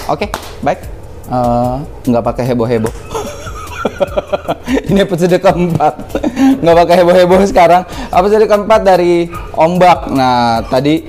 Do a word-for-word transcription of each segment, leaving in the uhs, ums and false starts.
Oke, baik. Eh, nggak pakai heboh-heboh. Ini episode keempat. Nggak pakai heboh-heboh sekarang. Episode keempat dari Ombak. Nah, tadi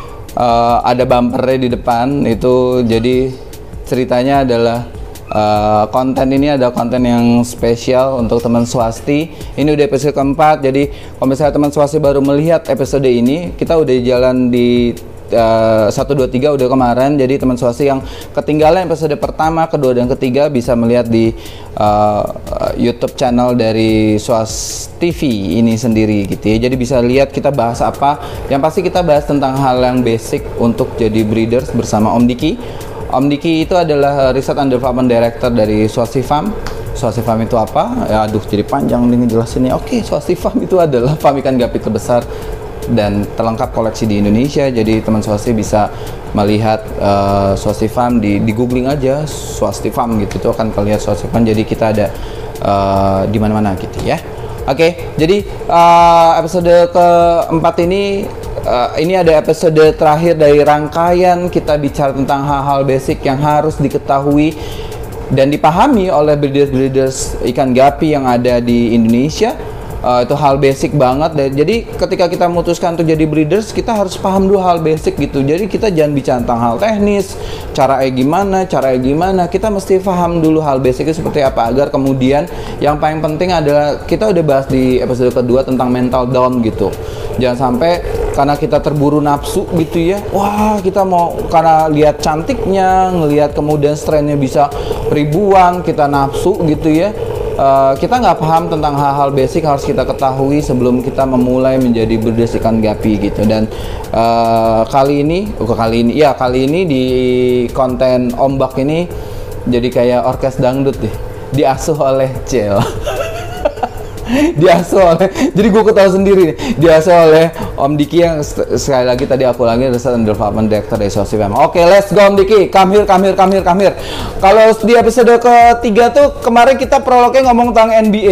uh, ada bumpernya di depan. Itu jadi ceritanya adalah uh, konten ini ada konten yang spesial untuk teman swasti. Ini udah episode keempat. Jadi kalau misalnya teman swasti baru melihat episode ini, kita udah jalan di satu, dua, tiga udah kemarin. Jadi teman swasti yang ketinggalan episode pertama, kedua, dan ketiga bisa melihat di uh, YouTube channel dari Swas T V ini sendiri gitu ya. Jadi bisa lihat kita bahas apa. Yang pasti kita bahas tentang hal yang basic untuk jadi breeders bersama Om Diki. Om Diki itu adalah Research and Development Director dari Swasti Farm. Swasti Farm itu apa? Ya, aduh jadi panjang nih ngejelasinnya. Oke, Swasti Farm itu adalah farm ikan gapi terbesar dan terlengkap koleksi di Indonesia. Jadi teman swasti bisa melihat uh, Swasti Farm di, di googling aja Swasti Farm gitu, itu akan kelihatan Swasti Farm. Jadi kita ada uh, di mana-mana gitu ya. Oke, okay, jadi uh, episode keempat ini uh, ini ada episode terakhir dari rangkaian kita bicara tentang hal-hal basic yang harus diketahui dan dipahami oleh breeders-breeders ikan gapi yang ada di Indonesia. Uh, itu hal basic banget. Jadi ketika kita memutuskan untuk jadi breeders, kita harus paham dulu hal basic gitu. Jadi kita jangan bicara tentang hal teknis, caranya gimana, caranya gimana. Kita mesti paham dulu hal basicnya seperti apa, agar kemudian yang paling penting adalah kita udah bahas di episode kedua tentang mental down gitu. Jangan sampai karena kita terburu nafsu gitu ya, wah kita mau karena lihat cantiknya, ngelihat kemudian strainnya bisa ribuan, kita nafsu gitu ya. Uh, kita nggak paham tentang hal-hal basic harus kita ketahui sebelum kita memulai menjadi breeders ikan gapi gitu. Dan uh, kali ini, oh, kali ini, ya kali ini di konten Ombak ini jadi kayak orkes dangdut deh, diasuh oleh Cel. Diasuh oleh, jadi gue ketawa sendiri nih, diasuh oleh Om Diki yang sekali lagi tadi aku lagi Research and Development Director dari Swasti Farm. Oke, let's go Om Diki, come here, come here, come here, come here. Kalau di episode ketiga tuh kemarin kita prolognya ngomong tentang N B A.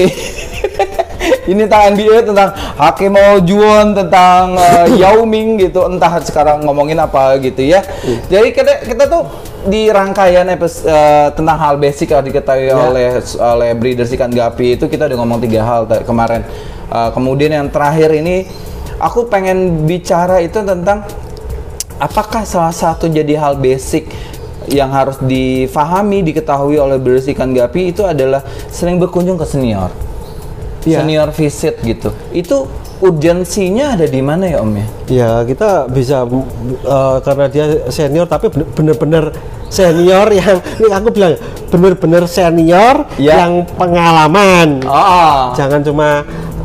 Ini tentang N B A, tentang Hakeem Olajuwon, tentang uh, Yao Ming gitu. Entah sekarang ngomongin apa gitu ya. Jadi kita kita tuh di rangkaian episode uh, tentang hal basic yang diketahui ya. oleh oleh breeders ikan gapi itu kita udah ngomong tiga hal kemarin. Uh, kemudian yang terakhir ini aku pengen bicara itu tentang apakah salah satu jadi hal basic yang harus difahami, diketahui oleh breeders ikan gapi itu adalah sering berkunjung ke senior. Ya. Senior visit gitu. Itu urgensinya ada di mana ya Om ya? Ya kita bisa uh, karena dia senior tapi bener-bener senior yang ini aku bilang bener-bener senior ya. Yang pengalaman. Oh. Jangan cuma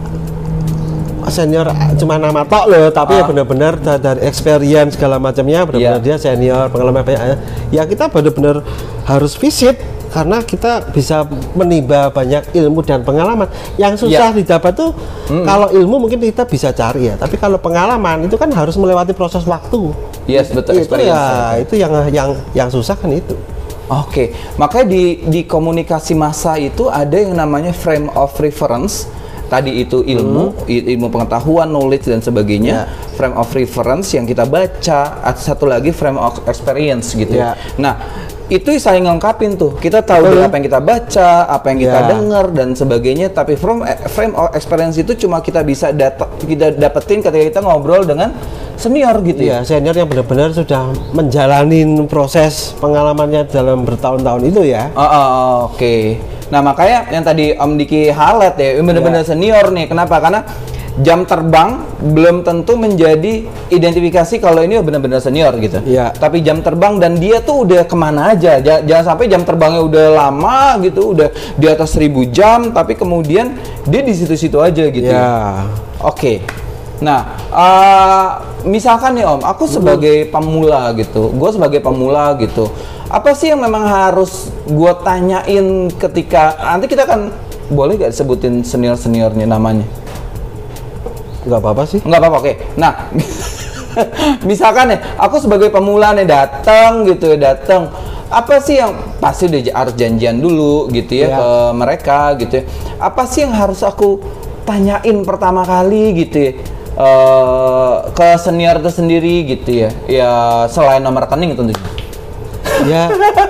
senior cuma nama tok loh, tapi oh. ya benar-benar dari experience segala macamnya benar-benar yeah. dia senior, pengalaman banyak. Ya kita benar-benar harus visit karena kita bisa menimba banyak ilmu dan pengalaman. Yang susah yeah. didapat tuh mm. kalau ilmu mungkin kita bisa cari ya, tapi kalau pengalaman itu kan harus melewati proses waktu. Yes, betul. Itu ya, itu yang yang yang susah kan itu. Oke, okay. Makanya di di komunikasi massa itu ada yang namanya frame of reference. Tadi itu ilmu, hmm. ilmu pengetahuan, knowledge dan sebagainya. Yeah. Frame of reference yang kita baca. Satu lagi frame of experience gitu. Yeah. Nah, itu saling ngengkapin tuh. Kita tahu dari apa yang kita baca, apa yang kita yeah. dengar dan sebagainya. Tapi frame frame of experience itu cuma kita bisa data, kita dapetin ketika kita ngobrol dengan senior gitu ya. Senior yang benar-benar sudah menjalani proses pengalamannya dalam bertahun-tahun itu ya. Oh, oh, oke. Okay. Nah makanya yang tadi Om Diki highlight ya, benar-benar yeah. senior nih. Kenapa? Karena jam terbang belum tentu menjadi identifikasi kalau ini benar-benar senior gitu. Yeah. Tapi jam terbang dan dia tuh udah kemana aja. J- jangan sampai jam terbangnya udah lama gitu, udah di atas seribu jam, tapi kemudian dia di situ-situ aja gitu. Yeah. Oke. Okay. Nah, uh, misalkan nih Om, aku sebagai pemula gitu, gue sebagai pemula gitu. Apa sih yang memang harus gue tanyain ketika nanti kita kan boleh gak sebutin senior-seniornya namanya? Nggak apa-apa sih. Nggak apa-apa, oke. Nah, misalkan ya, aku sebagai pemula nih datang gitu, datang. Apa sih yang pasti udah harus janjian dulu gitu ya, ya ke mereka gitu ya. Apa sih yang harus aku tanyain pertama kali gitu ya? Uh, ke senior itu sendiri gitu ya, ya selain nomor rekening tentunya. Ya,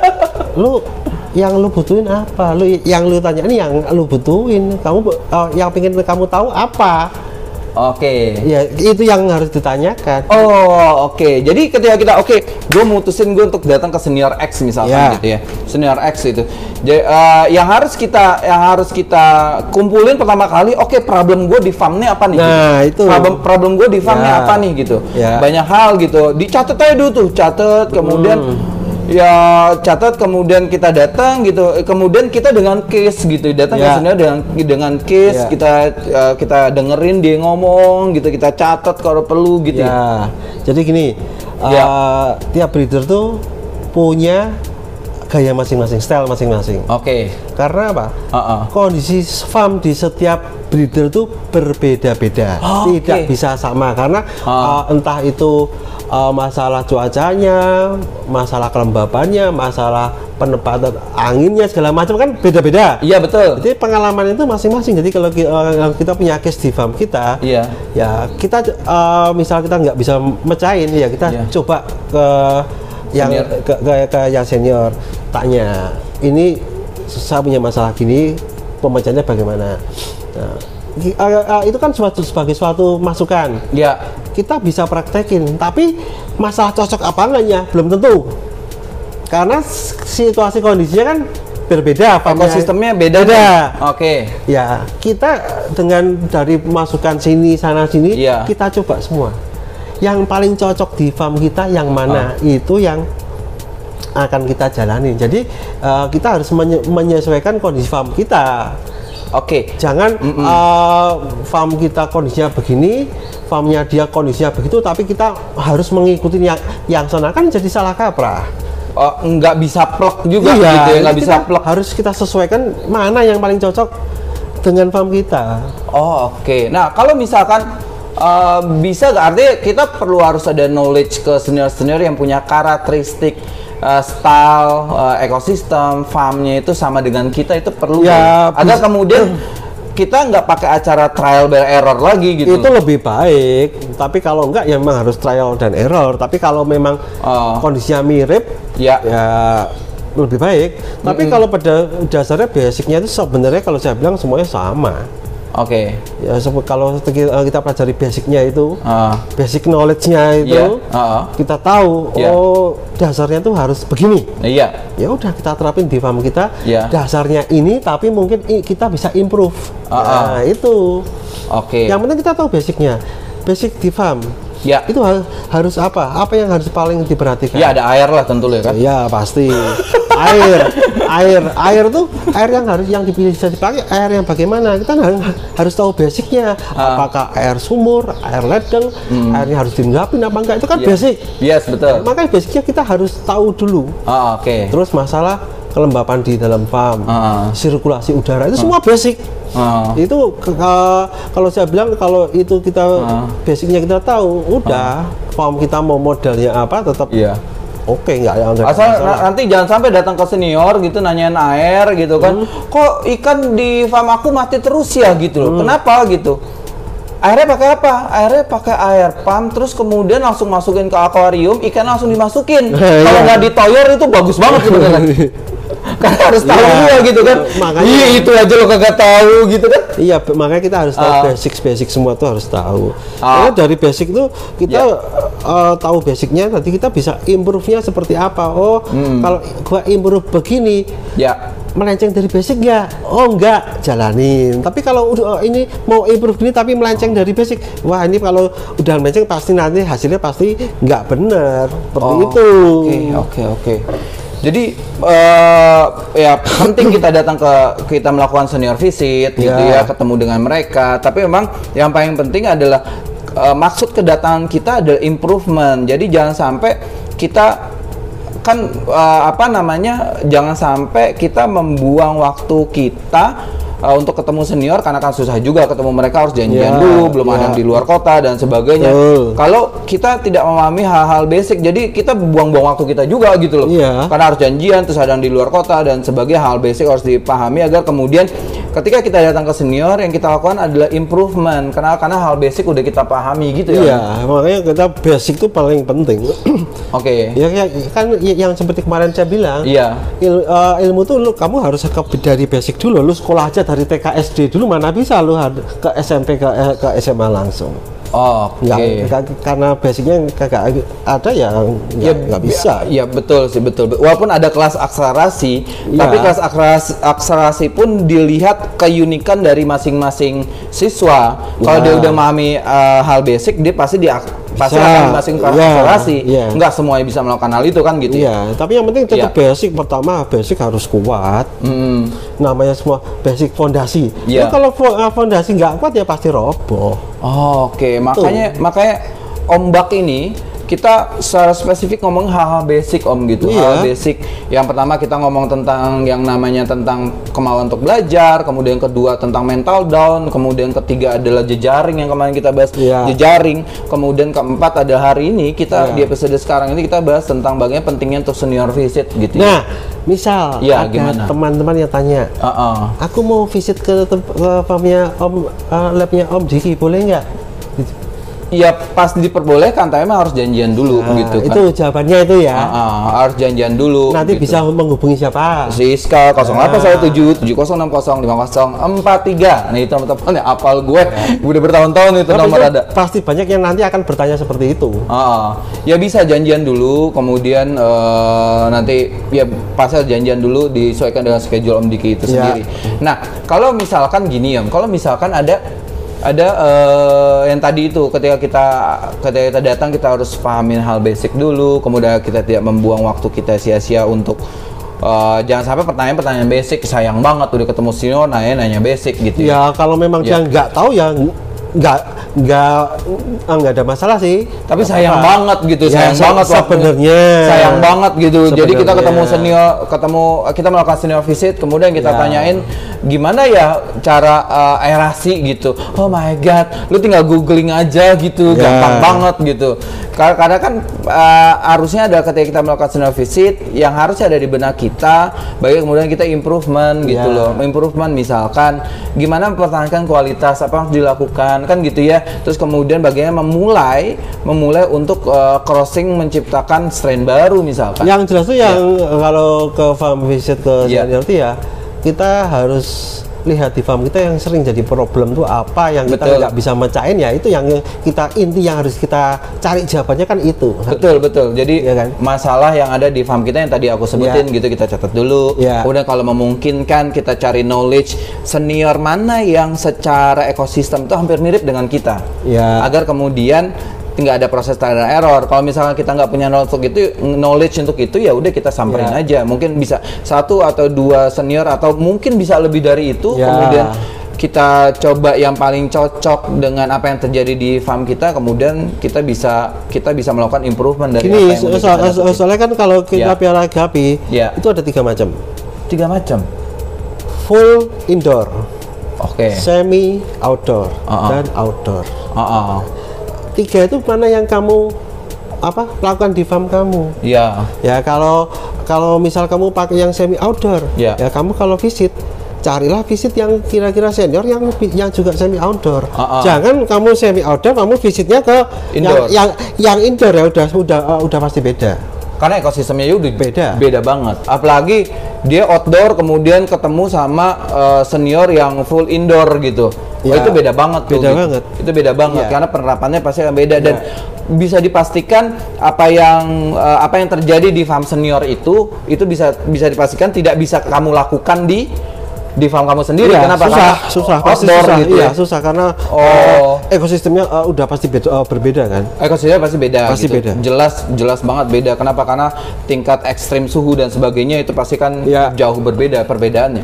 lu yang lu butuhin apa? Lu yang lu tanya ini yang lu butuhin. Kamu uh, yang pengen kamu tahu apa? Oke. Ya, itu yang harus ditanyakan. Oh, oke. Okay. Jadi ketika kita oke, okay, gue mutusin gue untuk datang ke senior X misalkan yeah. gitu ya. Senior X itu. Jadi, uh, yang harus kita yang harus kita kumpulin pertama kali, oke, okay, problem gue di farm-nya apa nih? Nah, gitu. itu. Problem problem gue di farm-nya yeah. apa nih gitu. Yeah. Banyak hal gitu. Dicatat aja dulu tuh, catat kemudian hmm. ya catat kemudian kita datang gitu, kemudian kita dengan case gitu datang yeah. ke sini dengan dengan case yeah. kita uh, kita dengerin dia ngomong gitu, kita catat kalau perlu gitu. Ya. Jadi gini, yeah. uh, tiap breeder tuh punya gaya masing-masing, style masing-masing. Oke. Okay. Karena apa? Uh-uh. Kondisi farm di setiap breeder tuh berbeda-beda, oh, tidak okay. bisa sama karena uh. uh, entah itu Uh, masalah cuacanya, masalah kelembabannya, masalah penempatan anginnya segala macam kan beda-beda. Iya betul. Jadi pengalaman itu masing-masing. Jadi kalau kita, uh, kita punya case di farm kita, iya. ya kita uh, misal kita nggak bisa mecahin, ya kita iya. coba ke yang ke, ke, ke yang senior, tanya, ini saya punya masalah gini, pemecahnya bagaimana? Nah, Uh, uh, itu kan suatu sebagai suatu masukan. Ya. Kita bisa praktekin, tapi masalah cocok apa enggaknya belum tentu. Karena situasi kondisinya kan berbeda, ekosistemnya beda. Beda. Oke. Okay. Ya, kita dengan dari masukan sini sana sini, ya. Kita coba semua. Yang paling cocok di farm kita yang mana? Oh. Itu yang akan kita jalani. Jadi uh, kita harus menye menyesuaikan kondisi farm kita. Oke, okay. Jangan mm -mm. Uh, farm kita kondisinya begini, farmnya dia kondisinya begitu, tapi kita harus mengikuti yang yang sana, kan jadi salah kaprah. Oh, nggak bisa plek juga iya, gitu ya, nggak bisa plek. Harus kita sesuaikan mana yang paling cocok dengan farm kita. Oh, oke. Okay. Nah, kalau misalkan uh, bisa nggak, artinya kita perlu harus ada knowledge ke senior-senior yang punya karakteristik Uh, style, uh, ekosistem, farmnya itu sama dengan kita, itu perlu ya, agar kemudian kita nggak pakai acara trial dan error lagi gitu. Itu lebih baik, tapi kalau enggak ya memang harus trial dan error. Tapi kalau memang uh, kondisinya mirip, ya, ya lebih baik. Tapi mm-hmm. kalau pada dasarnya basicnya itu sebenarnya kalau saya bilang semuanya sama. Oke. Okay. Ya kalau kita pelajari basicnya itu, uh. basic knowledge-nya itu, yeah. uh -uh. kita tahu yeah. oh dasarnya tuh harus begini. Iya. Yeah. Ya udah kita terapin di farm kita. Yeah. Dasarnya ini, tapi mungkin kita bisa improve. Uh -uh. Nah itu. Oke. Okay. Yang penting kita tahu basicnya, basic di farm. Ya. Itu ha harus apa? Apa yang harus paling diperhatikan? Ya ada air lah tentu ya kan? Ya pasti. air, air, air tuh air yang harus yang bisa dipakai air yang bagaimana? Kita harus, harus tahu basicnya. Uh. Apakah air sumur, air ledeng, hmm. airnya harus diendapin apa enggak? Itu kan yeah. basic. Yes betul. Makanya basicnya kita harus tahu dulu. Oh, Oke. Okay. Terus masalah kelembapan di dalam farm, uh. sirkulasi udara itu uh. semua basic. Uh. Itu uh, kalau saya bilang kalau itu kita uh. basicnya kita tahu, udah uh. farm kita mau modalnya apa tetap. Yeah. Oke, nggak ya. Asal nanti jangan sampai datang ke senior gitu nanyain air gitu kan. Hmm. Kok ikan di farm aku mati terus ya gitu loh. Hmm. Kenapa gitu? Airnya pakai apa? Airnya pakai air pump, terus kemudian langsung masukin ke akuarium, ikan langsung dimasukin. Kalau nggak ditoyor itu bagus banget sebenarnya. Kan harus tahu ya, gitu kan. Makanya iya, itu aja lo kagak tahu gitu kan. Iya, makanya kita harus tahu uh, basic basic semua tuh harus tahu. Uh, Karena dari basic tuh kita yeah. uh, tahu basicnya, nanti kita bisa improve-nya seperti apa. Oh, hmm. kalau gua improve begini, ya yeah. melenceng dari basic nggak? Oh enggak, jalanin. Tapi kalau udah uh, ini mau improve gini tapi melenceng dari basic, wah ini kalau udah melenceng pasti nanti hasilnya pasti nggak bener. Seperti oh, itu. Oke, okay, oke, okay, oke. Okay. Jadi uh, ya penting kita datang ke kita melakukan senior visit gitu yeah. ya, ketemu dengan mereka. Tapi memang yang paling penting adalah uh, maksud kedatangan kita adalah improvement. Jadi jangan sampai kita kan uh, apa namanya jangan sampai kita membuang waktu kita uh, untuk ketemu senior, karena kan susah juga ketemu mereka, harus janjian yeah, dulu, belum yeah. ada yang di luar kota dan sebagainya. Uh. Kalau kita tidak memahami hal-hal basic, jadi kita buang-buang waktu kita juga gitu loh. Yeah. Karena harus janjian, terus ada yang di luar kota dan sebagainya, hal basic harus dipahami agar kemudian ketika kita datang ke senior yang kita lakukan adalah improvement karena karena hal basic udah kita pahami gitu ya. Iya, makanya kita basic itu paling penting. Oke. Ya, ya kan yang seperti kemarin saya bilang. Iya. Il, uh, ilmu tuh lu kamu harus ke dari basic dulu. Lu sekolah aja dari T K S D dulu, mana bisa lu ke S M P ke ke S M A langsung. Oh, oke. Okay. Karena basicnya kagak ada yang ya nggak bisa. Ya betul sih, betul. Walaupun ada kelas akselerasi, ya. Tapi kelas akselerasi, akselerasi pun dilihat keunikan dari masing-masing siswa. Ya. Kalau dia udah memahami uh, hal basic, dia pasti dia pasti akan masing kelas ya. akselerasi. Ya. Nggak semuanya bisa melakukan hal itu kan gitu. Iya, tapi yang penting tetap ya. basic. Pertama basic harus kuat. Hmm. Namanya semua basic fondasi. Ya. Kalau fondasi nggak kuat ya pasti roboh. Oh, oke, okay. makanya Tuh. makanya ombak ini kita secara spesifik ngomong hal-hal basic om gitu, iya. hal basic. Yang pertama kita ngomong tentang yang namanya tentang kemauan untuk belajar, kemudian kedua tentang mental down, kemudian ketiga adalah jejaring yang kemarin kita bahas iya. jejaring, kemudian keempat adalah hari ini kita iya. di episode sekarang ini kita bahas tentang bagaimana pentingnya untuk senior visit gitu. Nah, misal ya, ada teman-teman yang tanya, uh -uh. aku mau visit ke farmnya Om, uh, labnya Om Diki, boleh nggak? Ya pas diperbolehkan, tapi emang harus janjian dulu nah, gitu kan. Itu jawabannya itu ya. Uh, uh, harus janjian dulu. Nanti gitu. bisa menghubungi siapa? Si Iska nol delapan satu tujuh tujuh nol enam nol lima nol empat tiga. Nah itu teman-teman ya apal gue. Ya. Udah bertahun-tahun itu Tapi nomor itu ada. Pasti banyak yang nanti akan bertanya seperti itu. Uh, ya bisa janjian dulu, kemudian uh, nanti ya pasti janjian dulu disesuaikan dengan schedule Om Diki itu ya. sendiri. Nah kalau misalkan gini ya, kalau misalkan ada ada uh, yang tadi itu ketika kita ketika kita datang kita harus pahamin hal basic dulu, kemudian kita tidak membuang waktu kita sia-sia untuk uh, jangan sampai pertanyaan-pertanyaan basic, sayang banget udah ketemu senior nanya nanya basic gitu ya. Ya kalau memang ya. dia nggak tahu ya nggak nggak nggak ada masalah sih, tapi sayang apa. banget gitu ya, sayang se banget sebenarnya sayang banget gitu sebenernya. Jadi kita ketemu senior ketemu kita melakukan senior visit, kemudian kita ya. tanyain gimana ya cara uh, aerasi gitu. Oh my god, lu tinggal googling aja gitu, ya. gampang banget gitu. Karena kan uh, harusnya ada ketika kita melakukan senior visit yang harusnya ada di benak kita, bagi kemudian kita improvement gitu ya. loh, improvement misalkan gimana mempertahankan kualitas apa yang harus dilakukan kan gitu ya. Terus kemudian bagaimana memulai memulai untuk uh, crossing menciptakan strain baru misalkan. Yang jelas tuh yang ya. kalau ke farm visit ke ya. senior itu ya kita harus lihat di farm kita yang sering jadi problem tuh apa yang kita nggak bisa mecahin, ya itu yang kita inti yang harus kita cari jawabannya kan itu. Betul betul. Jadi ya kan? masalah yang ada di farm kita yang tadi aku sebutin ya. gitu kita catat dulu. Ya. Kemudian kalau memungkinkan kita cari knowledge senior mana yang secara ekosistem itu hampir mirip dengan kita. Ya. Agar kemudian nggak ada proses trial and error. Kalau misalnya kita nggak punya knowledge untuk itu, knowledge untuk itu ya udah kita samperin yeah. aja. Mungkin bisa satu atau dua senior atau mungkin bisa lebih dari itu. Yeah. Kemudian kita coba yang paling cocok dengan apa yang terjadi di farm kita. Kemudian kita bisa kita bisa melakukan improvement dari Ini, apa yang so, so, so, soalnya kan kalau kita yeah. piara gapi yeah. itu ada tiga macam. Tiga macam. Full indoor, oke, okay. semi outdoor, uh -uh. dan outdoor. Uh -uh. Tiga itu mana yang kamu apa lakukan di farm kamu? Iya. Ya kalau kalau misal kamu pakai yang semi outdoor, ya, ya kamu kalau visit carilah visit yang kira-kira senior yang yang juga semi outdoor. Uh -uh. Jangan kamu semi outdoor, kamu visitnya ke indoor. yang yang yang indoor ya udah udah uh, udah pasti beda. Karena ekosistemnya ya udah beda beda banget. Apalagi dia outdoor kemudian ketemu sama uh, senior yang full indoor gitu. Ya, oh, itu beda banget tuh. Beda gitu. banget. Itu beda banget ya. Karena penerapannya pasti akan beda ya. Dan bisa dipastikan apa yang uh, apa yang terjadi di farm senior itu itu bisa bisa dipastikan tidak bisa kamu lakukan di di farm kamu sendiri. Ya, kenapa? Susah, karena susah, pasti susah. Gitu ya, susah karena oh. uh, ekosistemnya uh, udah pasti beda, uh, berbeda kan? Ekosistemnya pasti beda. Pasti gitu. beda. Jelas, jelas banget beda. Kenapa? Karena tingkat ekstrim suhu dan sebagainya itu pasti kan ya. jauh berbeda perbedaannya.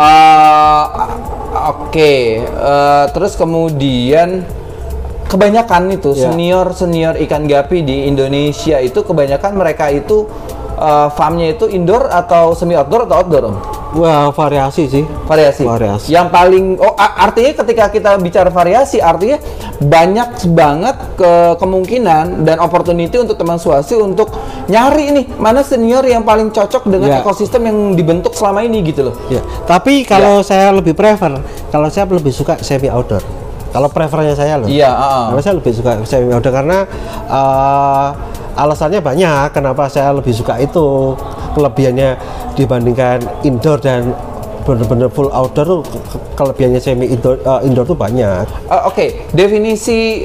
Uh, Oke, okay. uh, terus kemudian kebanyakan itu ya. senior senior ikan gapi di Indonesia itu kebanyakan mereka itu uh, farmnya itu indoor atau semi outdoor atau outdoor om? Wah, variasi sih. Variasi. Variasi. Yang paling oh artinya ketika kita bicara variasi artinya banyak banget ke kemungkinan dan opportunity untuk teman swasti untuk nyari nih mana senior yang paling cocok dengan Ya. ekosistem yang dibentuk selama ini gitu loh. Ya. Tapi kalau saya lebih prefer, kalau saya lebih suka semi outdoor. Kalau prefernya saya loh. Iya, uh-uh. Kalau saya lebih suka semi outdoor karena uh, alasannya banyak kenapa saya lebih suka itu. Kelebihannya dibandingkan indoor dan benar-benar full outdoor tuh ke- ke- kelebihannya semi indoor uh, indoor tuh banyak. Uh, Oke, definisi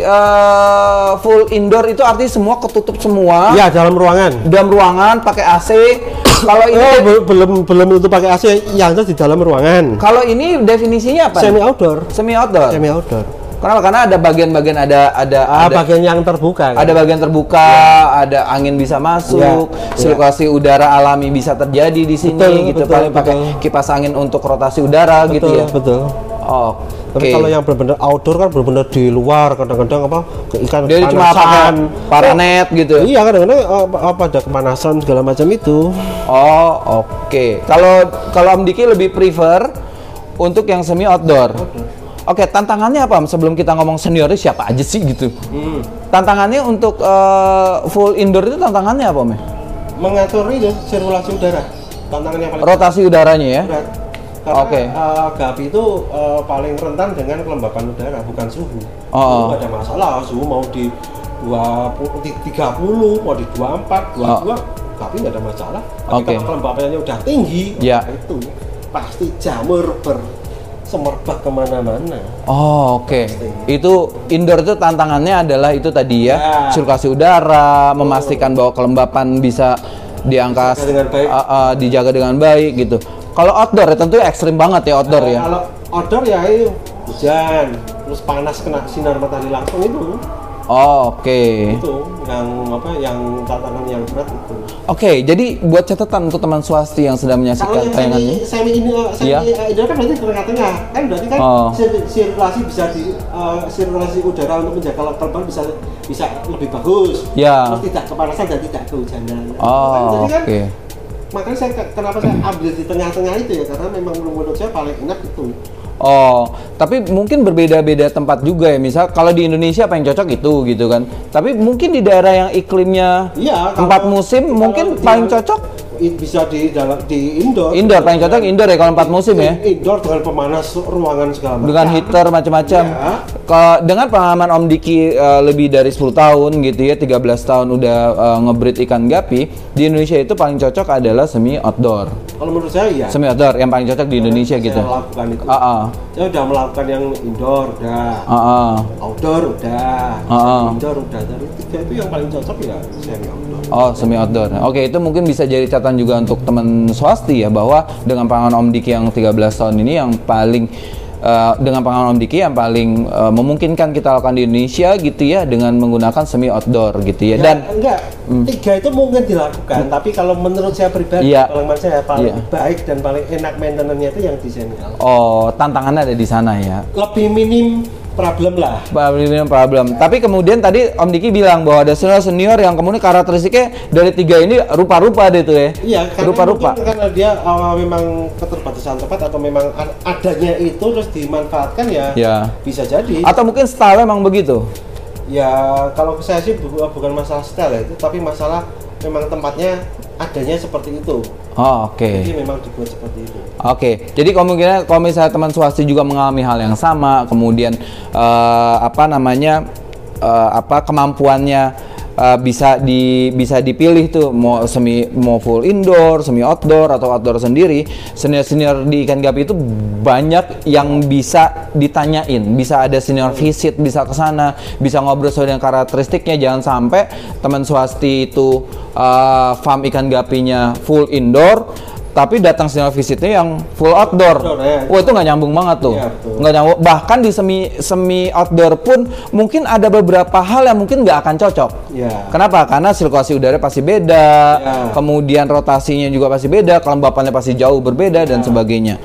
uh, full indoor itu artinya semua ketutup semua. Ya, dalam ruangan. Dalam ruangan pakai A C. Kalau ini Oh, be- belum belum itu pakai A C, yang jelas di dalam ruangan. kalau ini definisinya apa? Semi outdoor. Semi outdoor. Semi outdoor. Kenapa? Karena ada bagian-bagian ada ada Ah, ada, bagian yang terbuka. kan? ada bagian terbuka, ada angin bisa masuk, Ya, sirkulasi udara alami bisa terjadi di sini Betul, gitu. betul, Paling pakai betul. kipas angin untuk rotasi udara betul, gitu ya. Betul. Oh, Tapi kalau yang benar-benar outdoor kan benar-benar di luar, kadang-kadang apa ke ikan dia cuma kepanasan. pakai paranet gitu. Iya, kadang-kadang apa, apa ada kepanasan segala macam itu. Oh, oke. Kalau kalau Om Diki lebih prefer untuk yang semi outdoor. Oke, tantangannya apa Om? Sebelum kita ngomong seniornya siapa aja sih gitu? Hmm. Tantangannya untuk eh, full indoor itu tantangannya apa Om? ya? Mengatur itu sirkulasi udara. Tantangannya paling Rotasi udaranya ya. berat. Karena Oke. uh, gapi itu uh, paling rentan dengan kelembapan udara, bukan suhu. Oh. Suhu nggak ada masalah, suhu mau di dua puluh, tiga puluh, mau di dua puluh empat, dua puluh dua, gapi nggak ada masalah. Tapi Oke. kalau kelembapannya udah tinggi, Ya. nah itu pasti jamur bersemerbak kemana-mana. Oh, oke. Itu indoor itu tantangannya adalah itu tadi ya, Ya. sirkulasi udara, memastikan bahwa kelembapan bisa diangka Dijaga dengan baik. uh, uh, dijaga dengan baik gitu. Kalau outdoor ya tentu ekstrim banget ya outdoor Nah, ya. Kalau outdoor ya itu hujan, terus panas kena sinar matahari langsung itu. Oh, oke. Itu yang apa yang tantangan yang berat itu. Oke, jadi buat catatan untuk teman swasti yang sedang Kalau menyaksikan yang tayangan semi, ini. semi ini, uh, semi Iya. uh, ini kan berarti tengah-tengah, kan berarti kan Oh. sir- sirkulasi bisa di uh, sirkulasi udara untuk menjaga kelembapan bisa bisa lebih bagus, Ya. terus tidak kepanasan dan tidak kehujanan. Oh, Jadi kan, oke. makanya saya kenapa saya ambil di tengah-tengah itu ya karena memang menurut saya paling enak itu. Oh, tapi mungkin berbeda-beda tempat juga ya. Misal kalau di Indonesia apa yang cocok itu gitu kan. Tapi mungkin di daerah yang iklimnya Iya, empat kalau- musim kalau mungkin di- paling cocok i- bisa di dalam di indoor. indoor, paling cocok indoor ya kalau empat musim ya. Indoor dengan pemanas ruangan segala macam. Dengan heater macam-macam. Ya. Ke- dengan pengalaman Om Diki eh, lebih dari sepuluh tahun gitu ya, tiga belas tahun udah eh, ngebreed ikan gapi, di Indonesia itu paling cocok adalah semi outdoor. Kalau menurut saya ya. Semi outdoor yang paling cocok di Indonesia Saya gitu. melakukan itu. Ah, ah. Saya udah melakukan yang indoor udah, Ah, ah. outdoor udah, Ah, ah. indoor udah. Dari tiga itu yang paling cocok ya semi outdoor. Oh, semi outdoor. Oke, itu mungkin bisa jadi catatan juga untuk teman swasti ya, bahwa dengan pengalaman Om Diki yang tiga belas tahun ini yang paling eh, dengan pengalaman Om Diki yang paling eh, memungkinkan kita lakukan di Indonesia gitu ya, dengan menggunakan semi outdoor gitu ya. Ya, Dan enggak, tiga itu mungkin dilakukan, tapi kalau menurut saya pribadi, Iya. pengalaman saya paling Iya. baik dan paling enak maintenance-nya itu yang di semi outdoor. oh, tantangannya ada di sana ya. Lebih minim problem lah. Problem, problem. Tapi kemudian tadi Om Diki bilang bahwa ada senior senior yang kemudian karakteristiknya dari tiga ini rupa-rupa deh tuh ya. Iya, karena Rupa-rupa. mungkin karena dia uh, memang keterbatasan tempat atau memang a- adanya itu terus dimanfaatkan ya, Ya. bisa jadi. Atau mungkin style emang begitu. Ya kalau saya sih bu- bukan masalah style ya, itu, tapi masalah memang tempatnya adanya seperti itu. Oh, oke. Jadi memang dibuat seperti itu. Oke, jadi kemungkinan kalau misalnya teman swasti juga mengalami hal yang sama, kemudian eh, apa namanya eh, apa kemampuannya eh, bisa di bisa dipilih tuh mau semi mau full indoor, semi outdoor atau outdoor sendiri. Senior-senior di ikan gapi itu banyak yang bisa ditanyain, bisa ada senior visit, bisa ke sana, bisa ngobrol sesuai dengan karakteristiknya. Jangan sampai teman swasti itu eh, farm ikan gapinya full indoor tapi datang senior visitnya yang full outdoor. Outdoor, ya. Wah, itu nggak nyambung banget tuh. Iya, betul. Nggak nyambung. Bahkan di semi semi outdoor pun mungkin ada beberapa hal yang mungkin nggak akan cocok. Ya. Kenapa? Karena sirkulasi udara pasti beda, Ya. kemudian rotasinya juga pasti beda, kelembapannya pasti jauh berbeda dan sebagainya.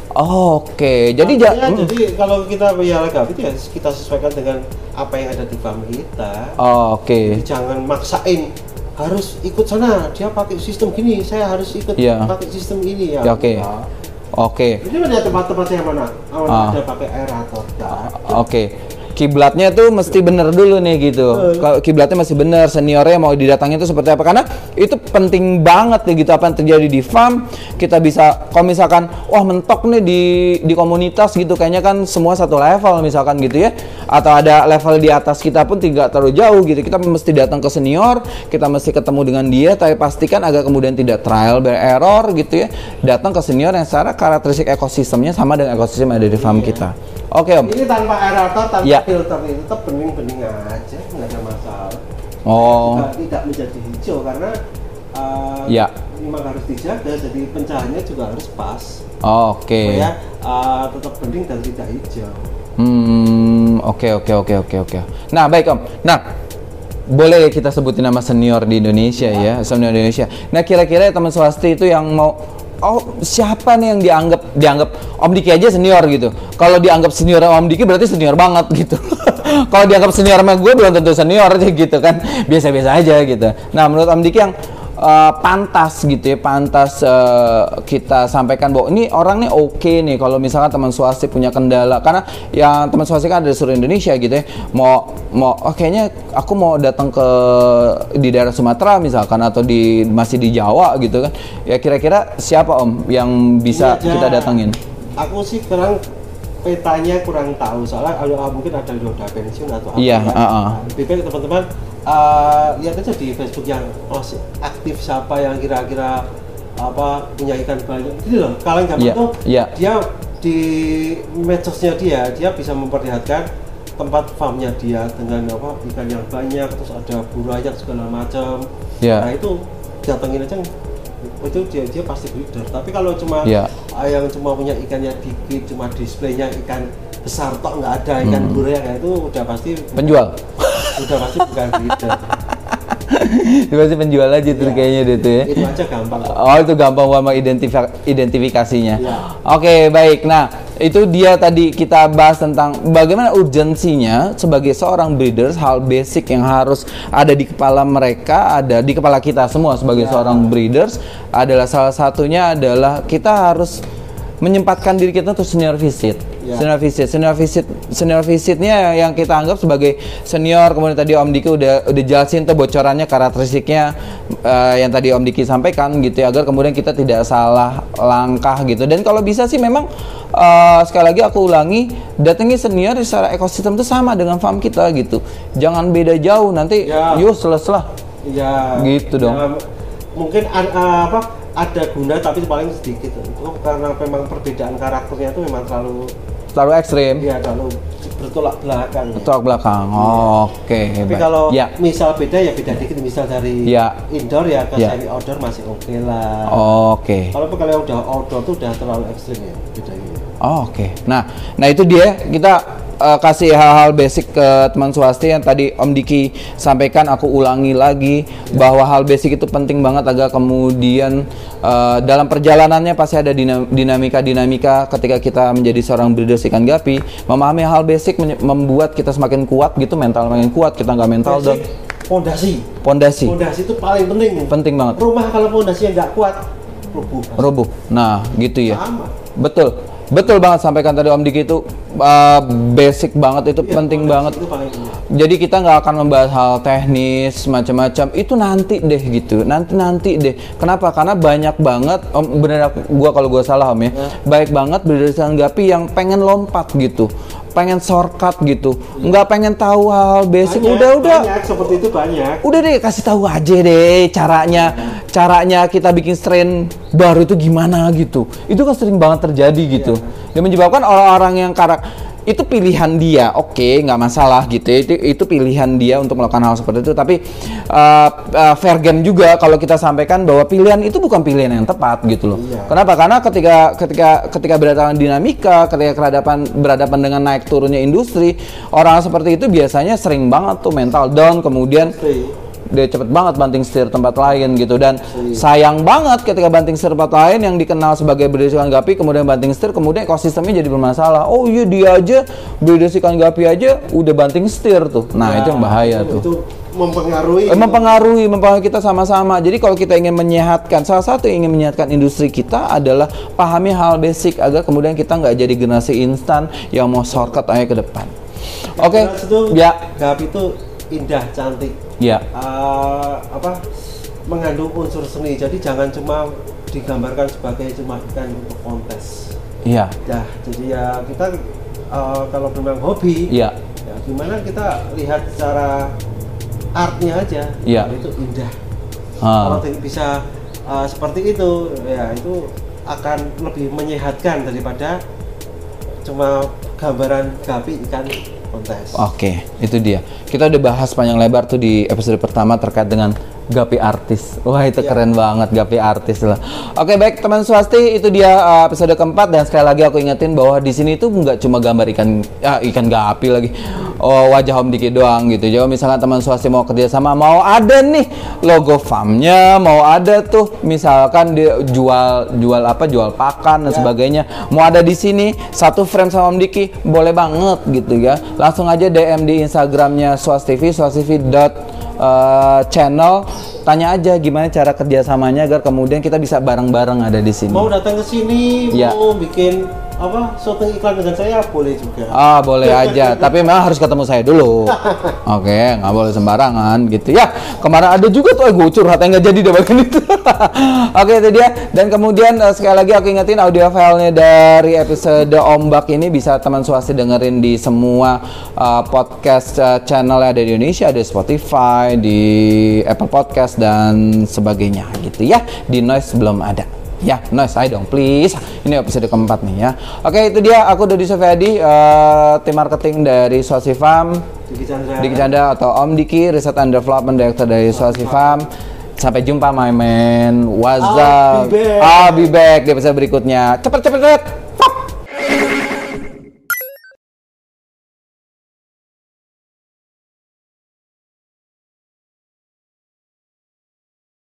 Oh, Oke, jadi ja- Artinya, hmm. jadi kalau kita pelihara gapi itu ya kita sesuaikan dengan apa yang ada di farm kita. Oh, Oke. Jadi jangan maksain harus ikut sana, dia pakai sistem gini, saya harus ikut Iya. pakai sistem ini ya. Ya, Oke. enggak. Oke. Ini ada tempat-tempat yang mana? Oh, Ah. ada pakai aerator. Enggak. Oke. kiblatnya tuh mesti bener dulu nih gitu. Kalau kiblatnya masih bener, seniornya mau didatangin itu seperti apa? Karena itu penting banget nih gitu, apa yang terjadi di farm. Kita bisa kalau misalkan wah mentok nih di di komunitas gitu, kayaknya kan semua satu level misalkan gitu ya, atau ada level di atas kita pun tidak terlalu jauh gitu. Kita mesti datang ke senior, kita mesti ketemu dengan dia, tapi pastikan agar kemudian tidak trial by error gitu ya. Datang ke senior yang secara karakteristik ekosistemnya sama dengan ekosistem yang ada di farm kita. Oke Om. Ini tanpa aerator, tanpa Ya. filter ini tetap bening-bening aja, nggak ada masalah. Oh. Juga tidak menjadi hijau karena uh, Ya. memang harus dijaga, jadi pencahayaannya juga harus pas. Oke. Supaya uh, tetap bening dan tidak hijau. Hmm, oke oke oke oke oke. Nah, baik Om. Nah, boleh kita sebutin nama senior di Indonesia ya, senior di Indonesia. Nah, kira-kira teman swasti itu yang mau, oh siapa nih yang dianggap dianggap Om Diki aja senior gitu. Kalau dianggap senior sama Om Diki berarti senior banget gitu. Kalau dianggap senior sama gue belum tentu senior gitu kan, biasa-biasa aja gitu. Nah, menurut Om Diki yang Uh, pantas gitu ya, pantas uh, kita sampaikan bahwa ini orang nih oke okay nih kalau misalkan teman swasti punya kendala, karena yang teman swasti kan ada di seluruh Indonesia gitu ya, mau mau oh kayaknya aku mau datang ke di daerah Sumatera misalkan atau di masih di Jawa gitu kan ya, kira-kira siapa Om yang bisa Iya, kita datangin? Aku sih kurang petanya kurang tahu, soalnya kalau mungkin ada yang udah pensiun atau apa. Iya, kan. uh -uh. Lebih baik teman-teman uh, lihat aja di Facebook yang masih aktif siapa yang kira-kira apa punya ikan banyak. Gitu loh, kalian gampang Iya, tuh iya. dia di medsosnya dia, dia bisa memperlihatkan tempat farmnya dia dengan apa ikan yang banyak, terus ada burayak segala macam. Iya. Nah itu datangin aja, itu dia dia pasti breeder. Tapi kalau cuma Ya. uh, yang cuma punya ikannya dikit, cuma displaynya ikan besar tok nggak ada ikan Hmm. burayak, ya itu udah pasti Penjual. udah pasti bukan breeder. Itu pasti penjual aja tuh Ya. kayaknya deh tuh ya. Itu aja gampang. Oh, itu gampang sama identifi- identifikasinya. Ya. Oke, baik. Nah, itu dia tadi kita bahas tentang bagaimana urgensinya sebagai seorang breeders, hal basic yang harus ada di kepala mereka, ada di kepala kita semua sebagai Ya. seorang breeders, adalah salah satunya adalah kita harus menyempatkan diri kita untuk senior visit. Ya. Senior visit, senior visit, senior visitnya yang kita anggap sebagai senior. Kemudian tadi Om Diki udah udah jelasin tuh bocorannya, karakteristiknya uh, yang tadi Om Diki sampaikan gitu ya, agar kemudian kita tidak salah langkah gitu. Dan kalau bisa sih memang uh, sekali lagi aku ulangi, datangi senior secara ekosistem itu sama dengan farm kita gitu. Jangan beda jauh, nanti Ya. useless lah. Ya. Gitu dong. Ya, mungkin a- a- apa ada guna tapi paling sedikit. Itu karena memang perbedaan karakternya itu memang terlalu Terlalu ekstrim. ya terlalu bertolak belakang. Ya. Tolak belakang. Oke. Tapi baik. kalau ya. misal beda ya beda dikit, misal dari Ya. indoor ya ke Ya. semi outdoor masih oke lah. Oke. Kalau kalau udah outdoor tuh udah terlalu ekstrim ya bedanya. Oh, Oke, nah, nah itu dia kita uh, kasih hal-hal basic ke teman swasti yang tadi Om Diki sampaikan. Aku ulangi lagi bahwa hal basic itu penting banget agar kemudian uh, dalam perjalanannya pasti ada dina- dinamika-dinamika ketika kita menjadi seorang breeders ikan gapi. Memahami hal basic menye- membuat kita semakin kuat gitu, mental makin kuat, kita nggak mental down. Basic, Pondasi. Pondasi Pondasi itu paling penting. penting banget. Rumah kalau pondasinya nggak kuat, rubuh. Rubuh. Nah, gitu ya. Sama. Betul. Betul banget sampaikan tadi Om Diki itu uh, basic banget, itu Iya, penting pondasi banget. Itu paling penting. Jadi kita nggak akan membahas hal teknis macam-macam itu nanti deh gitu, nanti nanti deh. Kenapa? Karena banyak banget, om, bener gua kalau gua salah Om ya, Ya. baik banget breeders ikan gapi yang pengen lompat gitu, pengen shortcut gitu, nggak pengen tahu hal basic. Banyak, udah udah, banyak, seperti itu banyak. udah deh kasih tahu aja deh caranya, caranya kita bikin strain baru itu gimana gitu. Itu kan sering banget terjadi gitu. Dan menyebabkan orang-orang yang karak itu pilihan dia, oke, nggak masalah gitu. Itu itu pilihan dia untuk melakukan hal seperti itu. Tapi uh, uh, fair game juga kalau kita sampaikan bahwa pilihan itu bukan pilihan yang tepat gitu loh. Iya. Kenapa? Karena ketika ketika ketika berhadapan dinamika, ketika berhadapan berhadapan dengan naik turunnya industri, orang seperti itu biasanya sering banget tuh mental down, kemudian Pasti. dia cepet banget banting setir tempat lain gitu. Dan sayang banget ketika banting setir tempat lain yang dikenal sebagai breeders ikan gapi kemudian banting setir, kemudian ekosistemnya jadi bermasalah. Oh iya, dia aja breeders ikan gapi aja udah banting setir tuh. Nah, Ya, itu yang bahaya itu, tuh. Itu mempengaruhi. Eh, mempengaruhi, mempengaruhi kita sama-sama. Jadi kalau kita ingin menyehatkan, salah satu yang ingin menyehatkan industri kita adalah pahami hal basic agar kemudian kita nggak jadi generasi instan yang mau shortcut aja ke depan. Oke. Jelas itu Ya. Gapi itu indah, cantik. Ya. Uh, apa mengandung unsur seni. Jadi jangan cuma digambarkan sebagai cuma ikan untuk kontes. Iya. Ya, jadi ya kita uh, kalau memang hobi, Iya. ya gimana kita lihat secara artnya aja, Iya. itu indah. Ah. Kalau bisa uh, seperti itu, ya itu akan lebih menyehatkan daripada cuma gambaran gapi ikan kontes. Oke, itu dia. Kita udah bahas panjang lebar tuh di episode pertama terkait dengan gapi artis. Wah, itu Ya. keren banget gapi artis lah. Oke, baik teman Swasti, itu dia uh, episode keempat dan sekali lagi aku ingetin bahwa di sini tuh nggak cuma gambar ikan ya, ikan gapi lagi. Oh, wajah Om Diki doang gitu. Jadi misalkan teman Swasti mau kerja sama, mau ada nih logo farmnya, mau ada tuh misalkan dia jual jual apa, jual pakan dan Ya. sebagainya. Mau ada di sini satu frame sama Om Diki, boleh banget gitu ya. Langsung aja D M di Instagramnya swastivi, swastivi dot channel, tanya aja gimana cara kerjasamanya agar kemudian kita bisa bareng-bareng ada di sini. Mau datang ke sini, Ya. mau bikin apa syuting iklan dengan saya boleh juga. Ah, boleh aja, tapi memang harus ketemu saya dulu. Oke, nggak boleh sembarangan gitu ya. Kemarin ada juga tuh, eh, gue curhat nggak jadi dapatkan itu. Oke, itu dia. Dan kemudian eh, sekali lagi aku ingetin audio filenya dari episode Ombak ini bisa teman Swasti dengerin di semua eh, podcast eh, channel yang ada di Indonesia, ada di Spotify, di Apple Podcast dan sebagainya gitu ya. Di Noise belum ada. Ya, Noise, ayo dong, please. Ini episode keempat nih ya. Oke, itu dia. Aku Dodi Sofiadi, uh, tim marketing dari Swasti Farm. Diki Chandra. Diki Chandra atau Om Diki, Research and Development Director dari Swasti Farm. Sampai jumpa, my man. What's I'll up? be back. I'll be back di episode berikutnya. Cepet, cepet, cepet.